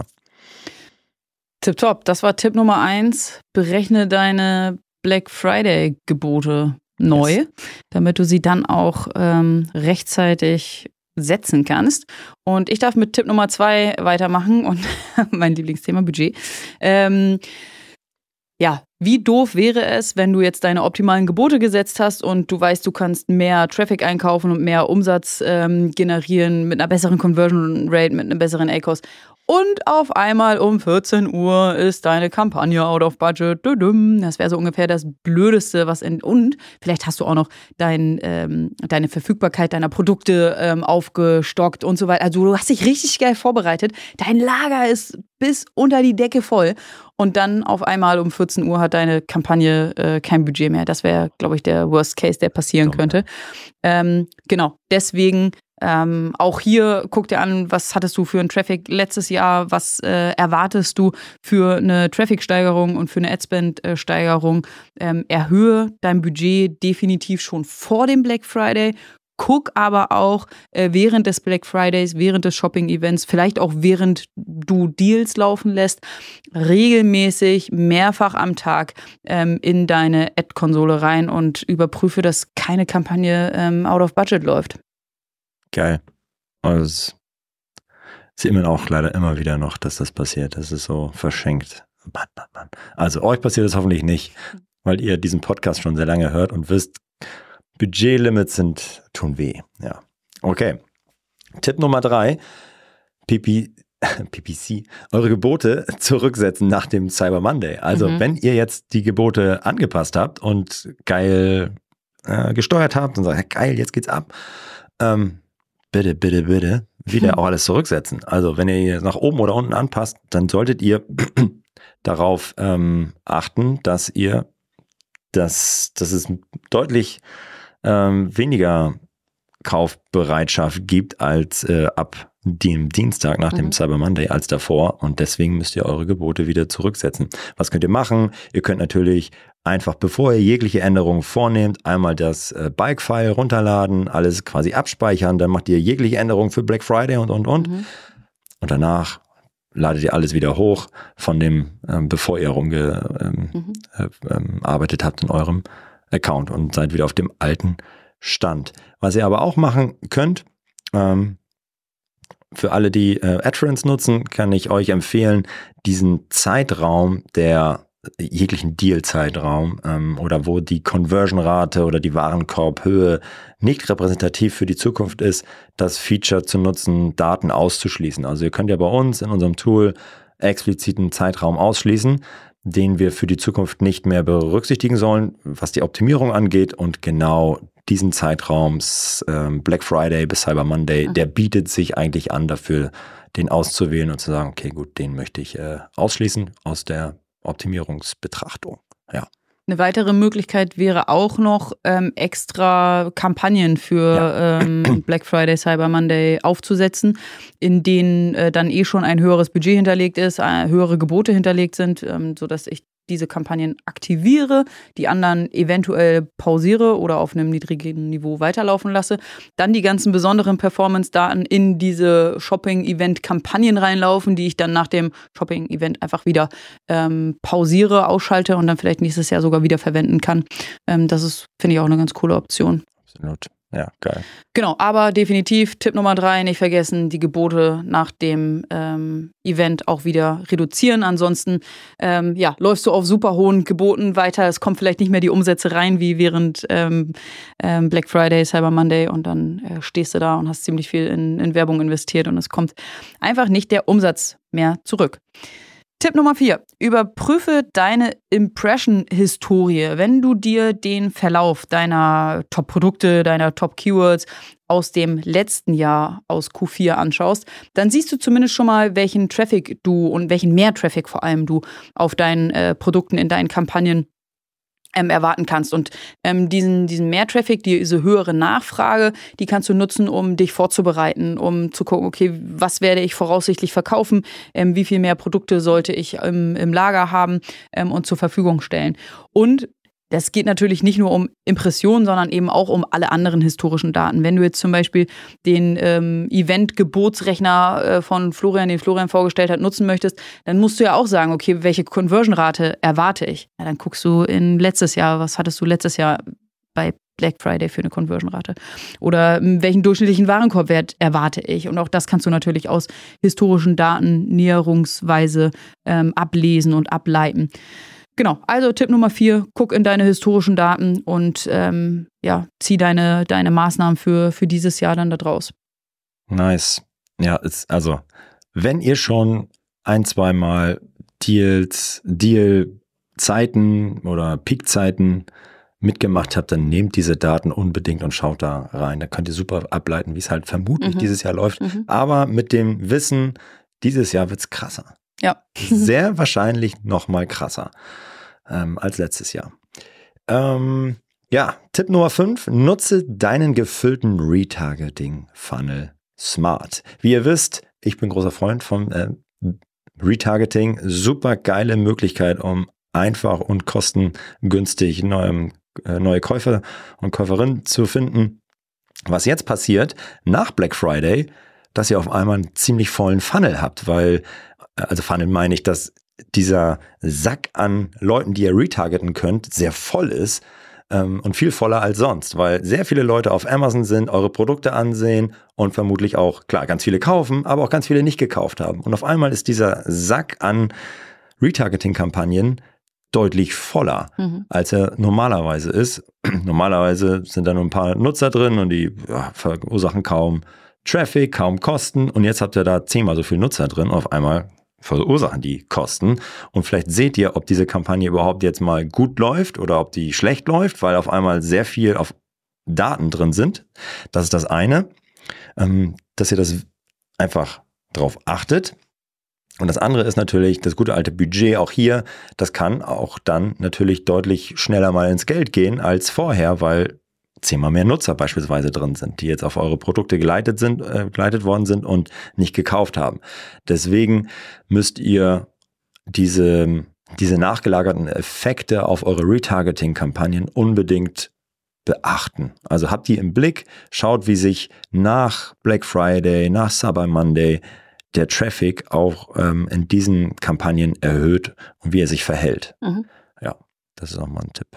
Tipptopp, das war Tipp Nummer eins. Berechne deine Black Friday Gebote neu, yes. damit du sie dann auch ähm, rechtzeitig setzen kannst. Und ich darf mit Tipp Nummer zwei weitermachen und mein Lieblingsthema Budget. Ähm, ja, Wie doof wäre es, wenn du jetzt deine optimalen Gebote gesetzt hast und du weißt, du kannst mehr Traffic einkaufen und mehr Umsatz ähm, generieren mit einer besseren Conversion Rate, mit einem besseren A C O S. Und auf einmal um vierzehn Uhr ist deine Kampagne out of budget. Das wäre so ungefähr das Blödeste, was in. Und vielleicht hast du auch noch dein, ähm, deine Verfügbarkeit deiner Produkte ähm, aufgestockt und so weiter. Also du hast dich richtig geil vorbereitet. Dein Lager ist bis unter die Decke voll. Und dann auf einmal um vierzehn Uhr hat deine Kampagne äh, kein Budget mehr. Das wäre, glaube ich, der Worst Case, der passieren könnte. Ähm, genau, deswegen. Ähm, auch hier guck dir an, was hattest du für einen Traffic letztes Jahr, was äh, erwartest du für eine Traffic-Steigerung und für eine Adspend-Steigerung. Ähm, erhöhe dein Budget definitiv schon vor dem Black Friday. Guck aber auch äh, während des Black Fridays, während des Shopping-Events, vielleicht auch während du Deals laufen lässt, regelmäßig, mehrfach am Tag ähm, in deine Ad-Konsole rein und überprüfe, dass keine Kampagne ähm, out of budget läuft. Geil. Also es sieht man auch leider immer wieder noch, dass das passiert. Das ist so verschenkt. Mann, Mann, Mann. Also euch passiert das hoffentlich nicht, weil ihr diesen Podcast schon sehr lange hört und wisst, Budgetlimits sind, tun weh. Ja. Okay. Tipp Nummer drei. P P, P P C. Eure Gebote zurücksetzen nach dem Cyber Monday. Also mhm. wenn ihr jetzt die Gebote angepasst habt und geil äh, gesteuert habt und sagt, geil, jetzt geht's ab. Ähm, bitte, bitte, bitte wieder hm. auch alles zurücksetzen. Also wenn ihr nach oben oder unten anpasst, dann solltet ihr darauf ähm, achten, dass ihr, dass, dass es deutlich ähm, weniger Kaufbereitschaft gibt als äh, ab dem Dienstag nach mhm. dem Cyber Monday als davor und deswegen müsst ihr eure Gebote wieder zurücksetzen. Was könnt ihr machen? Ihr könnt natürlich einfach, bevor ihr jegliche Änderungen vornehmt, einmal das äh, Bike-File runterladen, alles quasi abspeichern, dann macht ihr jegliche Änderungen für Black Friday und und und mhm. und danach ladet ihr alles wieder hoch von dem, ähm, bevor ihr rumgearbeitet ähm, mhm. äh, ähm, habt in eurem Account und seid wieder auf dem alten Stand. Was ihr aber auch machen könnt, ähm, für alle, die äh, AdTrends nutzen, kann ich euch empfehlen, diesen Zeitraum der jeglichen Deal-Zeitraum ähm, oder wo die Conversion-Rate oder die Warenkorbhöhe nicht repräsentativ für die Zukunft ist, das Feature zu nutzen, Daten auszuschließen. Also ihr könnt ja bei uns in unserem Tool expliziten Zeitraum ausschließen, den wir für die Zukunft nicht mehr berücksichtigen sollen, was die Optimierung angeht und genau diesen Zeitraums ähm, Black Friday bis Cyber Monday, mhm. der bietet sich eigentlich an, dafür den auszuwählen und zu sagen, okay, gut, den möchte ich äh, ausschließen aus der Optimierungsbetrachtung. Ja. Eine weitere Möglichkeit wäre auch noch, ähm, extra Kampagnen für ja. ähm, Black Friday, Cyber Monday aufzusetzen, in denen äh, dann eh schon ein höheres Budget hinterlegt ist, äh, höhere Gebote hinterlegt sind, ähm, sodass ich diese Kampagnen aktiviere, die anderen eventuell pausiere oder auf einem niedrigen Niveau weiterlaufen lasse, dann die ganzen besonderen Performance-Daten in diese Shopping-Event-Kampagnen reinlaufen, die ich dann nach dem Shopping-Event einfach wieder ähm, pausiere, ausschalte und dann vielleicht nächstes Jahr sogar wieder verwenden kann. Ähm, das ist, finde ich, auch eine ganz coole Option. Absolut. Ja, geil. Genau, aber definitiv Tipp Nummer drei, nicht vergessen, die Gebote nach dem ähm, Event auch wieder reduzieren. Ansonsten ähm, ja, läufst du auf super hohen Geboten weiter. Es kommt vielleicht nicht mehr die Umsätze rein wie während ähm, ähm, Black Friday, Cyber Monday und dann äh, stehst du da und hast ziemlich viel in, in Werbung investiert und es kommt einfach nicht der Umsatz mehr zurück. Tipp Nummer vier. Überprüfe deine Impression-Historie. Wenn du dir den Verlauf deiner Top-Produkte, deiner Top-Keywords aus dem letzten Jahr aus Q vier anschaust, dann siehst du zumindest schon mal, welchen Traffic du und welchen Mehr-Traffic vor allem du auf deinen äh, Produkten in deinen Kampagnen Ähm, erwarten kannst. Und ähm, diesen, diesen Mehr-Traffic, diese höhere Nachfrage, die kannst du nutzen, um dich vorzubereiten, um zu gucken, okay, was werde ich voraussichtlich verkaufen, ähm, wie viel mehr Produkte sollte ich im, im Lager haben ähm, und zur Verfügung stellen. Und das geht natürlich nicht nur um Impressionen, sondern eben auch um alle anderen historischen Daten. Wenn du jetzt zum Beispiel den ähm, Event-Gebotsrechner äh, von Florian, den Florian vorgestellt hat, nutzen möchtest, dann musst du ja auch sagen, okay, welche Conversion-Rate erwarte ich? Ja, dann guckst du in letztes Jahr, was hattest du letztes Jahr bei Black Friday für eine Conversion-Rate? Oder welchen durchschnittlichen Warenkorbwert erwarte ich? Und auch das kannst du natürlich aus historischen Daten näherungsweise ähm, ablesen und ableiten. genau, also Tipp Nummer vier, guck in deine historischen Daten und ähm, ja, zieh deine, deine Maßnahmen für, für dieses Jahr dann da draus. Nice. Ja, ist, also, wenn ihr schon ein, zweimal Deals, Deal-Zeiten oder Peak-Zeiten mitgemacht habt, dann nehmt diese Daten unbedingt und schaut da rein. Da könnt ihr super ableiten, wie es halt vermutlich mhm. dieses Jahr läuft. Mhm. Aber mit dem Wissen, dieses Jahr wird es krasser. Ja. Sehr wahrscheinlich noch mal krasser ähm, als letztes Jahr. Ähm, ja, Tipp Nummer fünf, nutze deinen gefüllten Retargeting-Funnel smart. Wie ihr wisst, ich bin großer Freund von äh, Retargeting. Super geile Möglichkeit, um einfach und kostengünstig neue, äh, neue Käufer und Käuferinnen zu finden. Was jetzt passiert, nach Black Friday, dass ihr auf einmal einen ziemlich vollen Funnel habt, weil, also Funnel meine ich, dass dieser Sack an Leuten, die ihr retargeten könnt, sehr voll ist ähm, und viel voller als sonst, weil sehr viele Leute auf Amazon sind, eure Produkte ansehen und vermutlich auch, klar, ganz viele kaufen, aber auch ganz viele nicht gekauft haben. Und auf einmal ist dieser Sack an Retargeting-Kampagnen deutlich voller, mhm. als er normalerweise ist. Normalerweise sind da nur ein paar Nutzer drin und die ja, verursachen kaum Traffic, kaum Kosten und jetzt habt ihr da zehnmal so viele Nutzer drin und auf einmal verursachen die Kosten und vielleicht seht ihr, ob diese Kampagne überhaupt jetzt mal gut läuft oder ob die schlecht läuft, weil auf einmal sehr viel auf Daten drin sind. Das ist das eine, dass ihr das einfach drauf achtet. Und das andere ist natürlich das gute alte Budget auch hier. Das kann auch dann natürlich deutlich schneller mal ins Geld gehen als vorher, weil zehnmal mehr Nutzer beispielsweise drin sind, die jetzt auf eure Produkte geleitet sind, äh, geleitet worden sind und nicht gekauft haben. Deswegen müsst ihr diese, diese nachgelagerten Effekte auf eure Retargeting-Kampagnen unbedingt beachten. Also habt die im Blick, schaut, wie sich nach Black Friday, nach Cyber Monday der Traffic auch ähm, in diesen Kampagnen erhöht und wie er sich verhält. Mhm. Ja, das ist auch mal ein Tipp.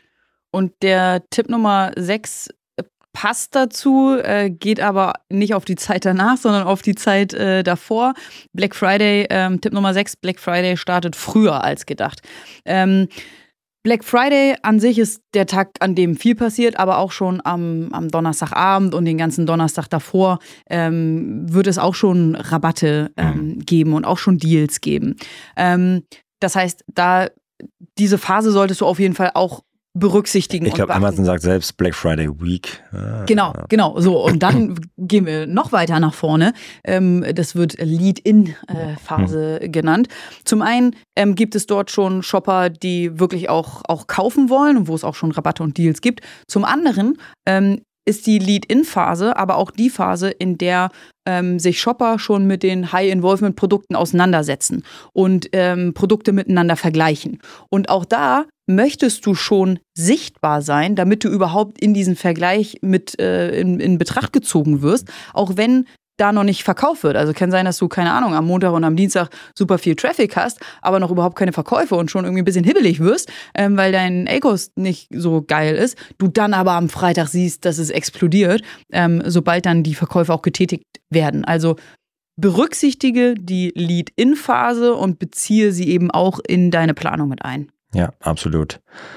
Und der Tipp Nummer sechs passt dazu, äh, geht aber nicht auf die Zeit danach, sondern auf die Zeit äh, davor. Black Friday, ähm, Tipp Nummer sechs, Black Friday startet früher als gedacht. Ähm, Black Friday an sich ist der Tag, an dem viel passiert, aber auch schon am, am Donnerstagabend und den ganzen Donnerstag davor ähm, wird es auch schon Rabatte ähm, geben und auch schon Deals geben. Ähm, das heißt, da diese Phase solltest du auf jeden Fall auch berücksichtigen. Ich glaube, Amazon sagt selbst Black Friday Week. Ah, genau, ja. genau. So, und dann gehen wir noch weiter nach vorne. Ähm, das wird Lead-In-Phase äh, hm. genannt. Zum einen ähm, gibt es dort schon Shopper, die wirklich auch, auch kaufen wollen und wo es auch schon Rabatte und Deals gibt. Zum anderen ähm, ist die Lead-In-Phase aber auch die Phase, in der ähm, sich Shopper schon mit den High-Involvement-Produkten auseinandersetzen und ähm, Produkte miteinander vergleichen. Und auch da möchtest du schon sichtbar sein, damit du überhaupt in diesen Vergleich mit äh, in, in Betracht gezogen wirst, auch wenn da noch nicht verkauft wird. Also kann sein, dass du, keine Ahnung, am Montag und am Dienstag super viel Traffic hast, aber noch überhaupt keine Verkäufe und schon irgendwie ein bisschen hibbelig wirst, ähm, weil dein A C O S nicht so geil ist. Du dann aber am Freitag siehst, dass es explodiert, ähm, sobald dann die Verkäufe auch getätigt werden. Also berücksichtige die Lead-In-Phase und beziehe sie eben auch in deine Planung mit ein. Ja, absolut.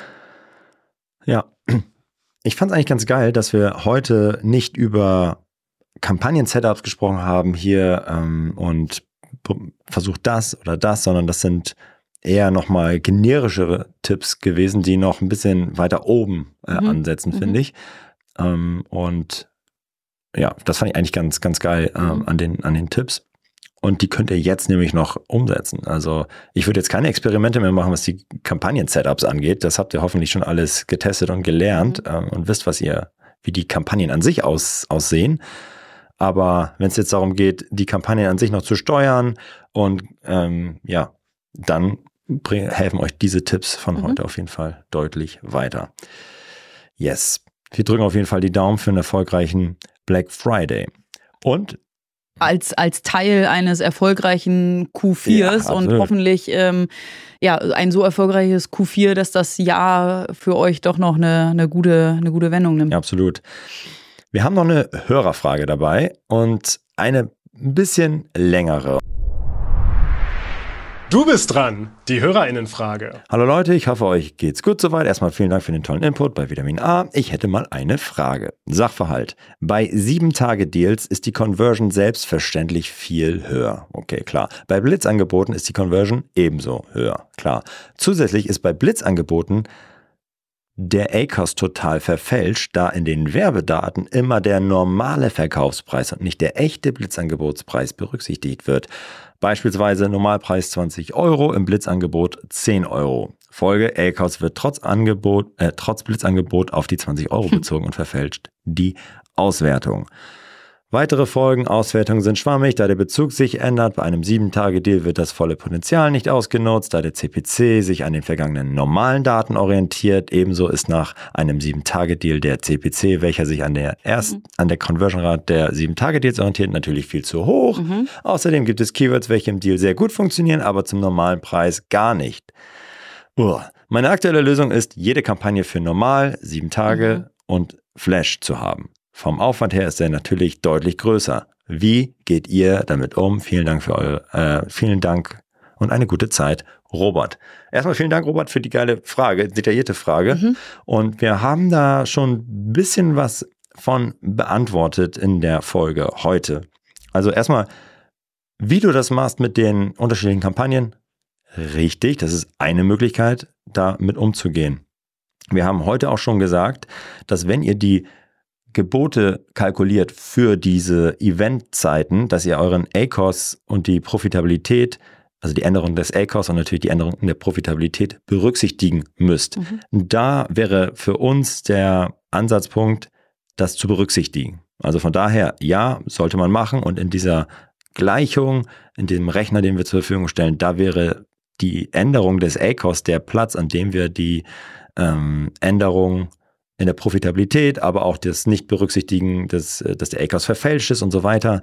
Ja, ich fand es eigentlich ganz geil, dass wir heute nicht über Kampagnen-Setups gesprochen haben hier ähm, und versucht das oder das, sondern das sind eher nochmal generischere Tipps gewesen, die noch ein bisschen weiter oben äh, mhm. ansetzen, mhm. finde ich. Ähm, und ja, das fand ich eigentlich ganz, ganz geil ähm, mhm. an den, an den Tipps. Und die könnt ihr jetzt nämlich noch umsetzen. Also ich würde jetzt keine Experimente mehr machen, was die Kampagnen-Setups angeht. Das habt ihr hoffentlich schon alles getestet und gelernt mhm. ähm, und wisst, was ihr, wie die Kampagnen an sich aus, aussehen. Aber wenn es jetzt darum geht, die Kampagnen an sich noch zu steuern und ähm, ja, dann bring, helfen euch diese Tipps von mhm. heute auf jeden Fall deutlich weiter. Yes, wir drücken auf jeden Fall die Daumen für einen erfolgreichen Black Friday. Und Als, als Teil eines erfolgreichen Q viers ja, und hoffentlich ähm, ja, ein so erfolgreiches Q vier, dass das Jahr für euch doch noch eine, eine, gute, eine gute Wendung nimmt. Ja, absolut. Wir haben noch eine Hörerfrage dabei und eine ein bisschen längere. Du bist dran, die HörerInnenfrage. Hallo Leute, ich hoffe, euch geht's gut soweit. Erstmal vielen Dank für den tollen Input bei Vitamin A. Ich hätte mal eine Frage. Sachverhalt. Bei sieben Tage Deals ist die Conversion selbstverständlich viel höher. Okay, klar. Bei Blitzangeboten ist die Conversion ebenso höher. Klar. Zusätzlich ist bei Blitzangeboten der A C O S total verfälscht, da in den Werbedaten immer der normale Verkaufspreis und nicht der echte Blitzangebotspreis berücksichtigt wird. Beispielsweise Normalpreis zwanzig Euro, im Blitzangebot zehn Euro. Folge, A C O S wird trotz Angebot, äh, trotz Blitzangebot auf die zwanzig Euro bezogen und verfälscht die Auswertung. Weitere Folgen, Auswertungen sind schwammig, da der Bezug sich ändert. Bei einem sieben Tage Deal wird das volle Potenzial nicht ausgenutzt, da der C P C sich an den vergangenen normalen Daten orientiert. Ebenso ist nach einem sieben Tage Deal der C P C, welcher sich an der erst, mhm. an der Conversion Rate der sieben Tage Deals orientiert, natürlich viel zu hoch. Mhm. Außerdem gibt es Keywords, welche im Deal sehr gut funktionieren, aber zum normalen Preis gar nicht. Uah. Meine aktuelle Lösung ist, jede Kampagne für normal, sieben Tage mhm. und Flash zu haben. Vom Aufwand her ist er natürlich deutlich größer. Wie geht ihr damit um? Vielen Dank für eure, äh, vielen Dank und eine gute Zeit, Robert. Erstmal vielen Dank, Robert, für die geile Frage, detaillierte Frage. Mhm. Und wir haben da schon ein bisschen was von beantwortet in der Folge heute. Also erstmal, wie du das machst mit den unterschiedlichen Kampagnen. Richtig, das ist eine Möglichkeit, damit umzugehen. Wir haben heute auch schon gesagt, dass wenn ihr die Gebote kalkuliert für diese Eventzeiten, dass ihr euren A C O S und die Profitabilität, also die Änderung des A C O S und natürlich die Änderung in der Profitabilität berücksichtigen müsst. Mhm. Da wäre für uns der Ansatzpunkt, das zu berücksichtigen. Also von daher, ja, sollte man machen, und in dieser Gleichung, in dem Rechner, den wir zur Verfügung stellen, da wäre die Änderung des A C O S der Platz, an dem wir die ähm, Änderung in der Profitabilität, aber auch das Nicht-Berücksichtigen, dass, dass der A C O S verfälscht ist und so weiter,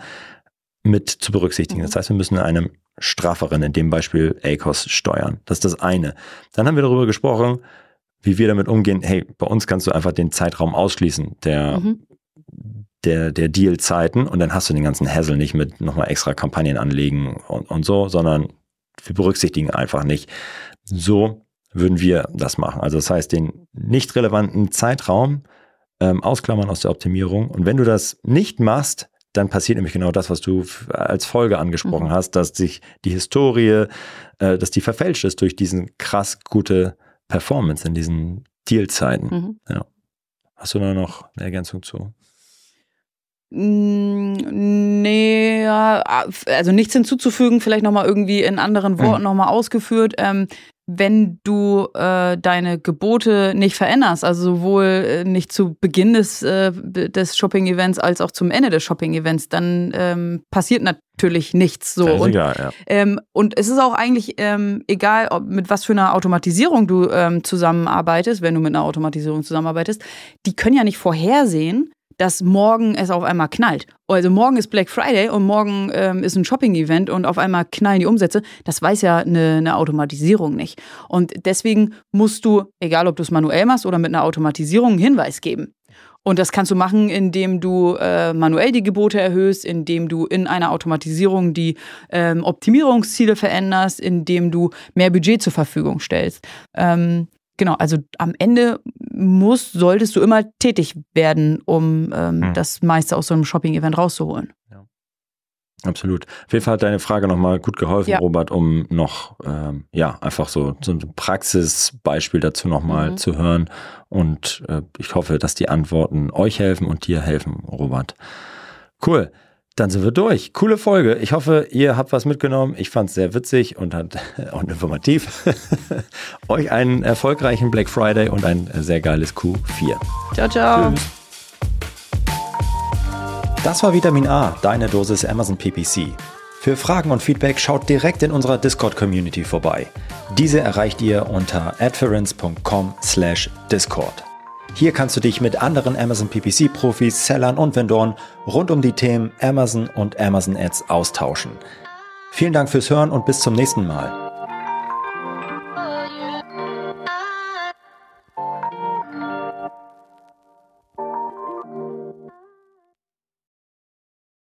mit zu berücksichtigen. Das heißt, wir müssen einem strafferen, in dem Beispiel A C O S, steuern. Das ist das eine. Dann haben wir darüber gesprochen, wie wir damit umgehen. Hey, bei uns kannst du einfach den Zeitraum ausschließen, der, mhm. der, der Deal-Zeiten, und dann hast du den ganzen Hassel nicht mit nochmal extra Kampagnen anlegen und, und so, sondern wir berücksichtigen einfach nicht. So würden wir das machen. Also das heißt, den nicht relevanten Zeitraum ähm, ausklammern aus der Optimierung. Und wenn du das nicht machst, dann passiert nämlich genau das, was du als Folge angesprochen mhm. hast, dass sich die Historie, äh, dass die verfälscht ist durch diesen krass gute Performance in diesen Deal-Zeiten. Mhm. Ja. Hast du da noch eine Ergänzung zu? Nee, also nichts hinzuzufügen, vielleicht nochmal irgendwie in anderen Worten mhm. nochmal ausgeführt. Ähm, wenn du äh, deine Gebote nicht veränderst, also sowohl äh, nicht zu Beginn des, äh, des Shopping-Events als auch zum Ende des Shopping-Events, dann ähm, passiert natürlich nichts. So. Das ist und, egal, ja. ähm, und es ist auch eigentlich ähm, egal, ob, mit was für einer Automatisierung du ähm, zusammenarbeitest, wenn du mit einer Automatisierung zusammenarbeitest. Die können ja nicht vorhersehen, dass morgen es auf einmal knallt. Also morgen ist Black Friday und morgen ähm, ist ein Shopping-Event und auf einmal knallen die Umsätze. Das weiß ja eine, eine Automatisierung nicht. Und deswegen musst du, egal ob du es manuell machst oder mit einer Automatisierung, einen Hinweis geben. Und das kannst du machen, indem du äh, manuell die Gebote erhöhst, indem du in einer Automatisierung die ähm, Optimierungsziele veränderst, indem du mehr Budget zur Verfügung stellst. Ähm, Genau, also am Ende musst, solltest du immer tätig werden, um ähm, hm. das meiste aus so einem Shopping-Event rauszuholen. Ja. Absolut. Auf jeden Fall hat deine Frage nochmal gut geholfen, ja. Robert, um noch ähm, ja einfach so, so ein Praxisbeispiel dazu nochmal mhm. zu hören. Und äh, ich hoffe, dass die Antworten euch helfen und dir helfen, Robert. Cool. Dann sind wir durch. Coole Folge. Ich hoffe, ihr habt was mitgenommen. Ich fand es sehr witzig und, hat, und informativ. Euch einen erfolgreichen Black Friday und ein sehr geiles Q vier. Ciao, ciao. Tschüss. Das war Vitamin A, deine Dosis Amazon P P C. Für Fragen und Feedback schaut direkt in unserer Discord-Community vorbei. Diese erreicht ihr unter adference punkt com slash discord. Hier kannst du dich mit anderen Amazon P P C-Profis, Sellern und Vendoren rund um die Themen Amazon und Amazon Ads austauschen. Vielen Dank fürs Hören und bis zum nächsten Mal.